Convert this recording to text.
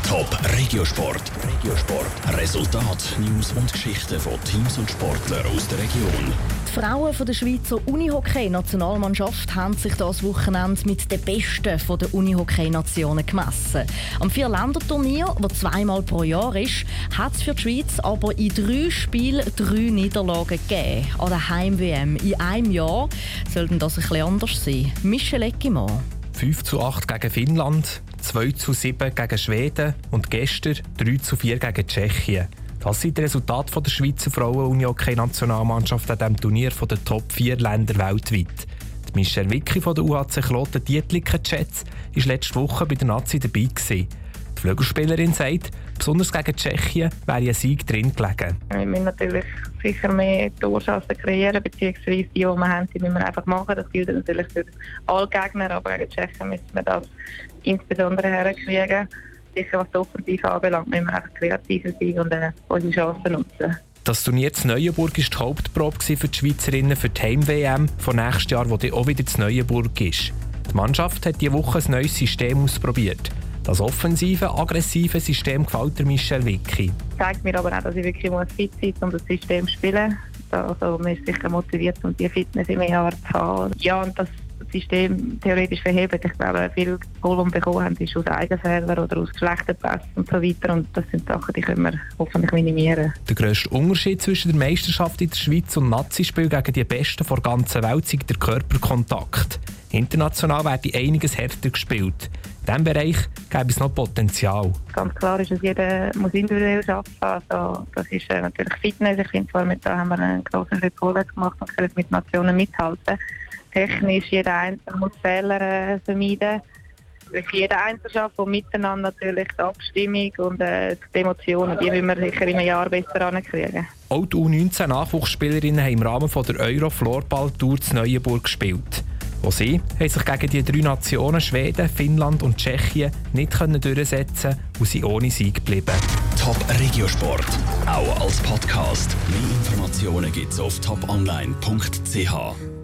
Top Regiosport. Resultat, News und Geschichten von Teams und Sportlern aus der Region. Die Frauen der Schweizer Unihockey-Nationalmannschaft haben sich dieses Wochenende mit den Besten der Unihockey-Nationen gemessen. Am Vierländerturnier, das zweimal pro Jahr ist, hat es für die Schweiz aber in 3 Spielen 3 Niederlagen gegeben. An der Heim-WM in einem Jahr soll das ein bisschen anders sein. Michel Eckimann. 5:8 gegen Finnland, 2:7 gegen Schweden und gestern 3:4 gegen Tschechien. Das sind die Resultate der Schweizer Frauen-Unihockey-Nationalmannschaft an diesem Turnier von den Top 4 Ländern weltweit. Die Michelle Wicki von der UHC Kloten Dietliken-Jets war letzte Woche bei der Nazi dabei gewesen. Die Flügelspielerin sagt, besonders gegen Tschechien wäre ein Sieg drin gelegen. Wir müssen natürlich sicher mehr Torchancen kreieren, beziehungsweise die wir haben, die müssen wir einfach machen. Das gilt natürlich für alle Gegner, aber gegen Tschechien müssen wir das insbesondere herkriegen. Sicher was die Offensive anbelangt, müssen wir einfach kreativer sein und unsere Chancen nutzen. Das Turnier in Neuenburg war die Hauptprobe für die Schweizerinnen für die Heim-WM von nächstes Jahr, die auch wieder in Neuenburg ist. Die Mannschaft hat diese Woche ein neues System ausprobiert. Das offensive, aggressive System gefällt Michelle Wicki. Das zeigt mir aber auch, dass ich wirklich fit sein muss, um das System zu spielen. Also, man ist sicher motiviert, um diese Fitness im Jahr zu haben. Ja, und das System theoretisch verheben. Ich glaube, viel Goal, die wir bekommen haben, ist aus Eigenfehlern oder aus schlechten Pässen und so weiter. Und das sind Sachen, die können wir hoffentlich minimieren. Der grösste Unterschied zwischen der Meisterschaft in der Schweiz und Nazispiel gegen die Besten der ganzen Welt ist der Körperkontakt. International wird einiges härter gespielt. In diesem Bereich gäbe es noch Potenzial. Ganz klar ist, dass jeder muss individuell arbeiten muss. Also, das ist natürlich Fitness. Ich finde, da haben wir einen grossen Schritt vorwärts gemacht und können mit Nationen mithalten. Technisch, jeder Einzelne muss Fehler vermeiden. Jeder Einzelne schafft und miteinander natürlich die Abstimmung und die Emotionen, die müssen wir sicher im Jahr besser hinkriegen. Auch die U19-Nachwuchsspielerinnen haben im Rahmen der Euro-Floorball-Tour zu Neuenburg gespielt. Auch sie haben sich gegen die 3 Nationen Schweden, Finnland und Tschechien nicht durchsetzen und sind ohne Sieg geblieben. Top Regiosport, auch als Podcast. Mehr Informationen gibt's auf toponline.ch.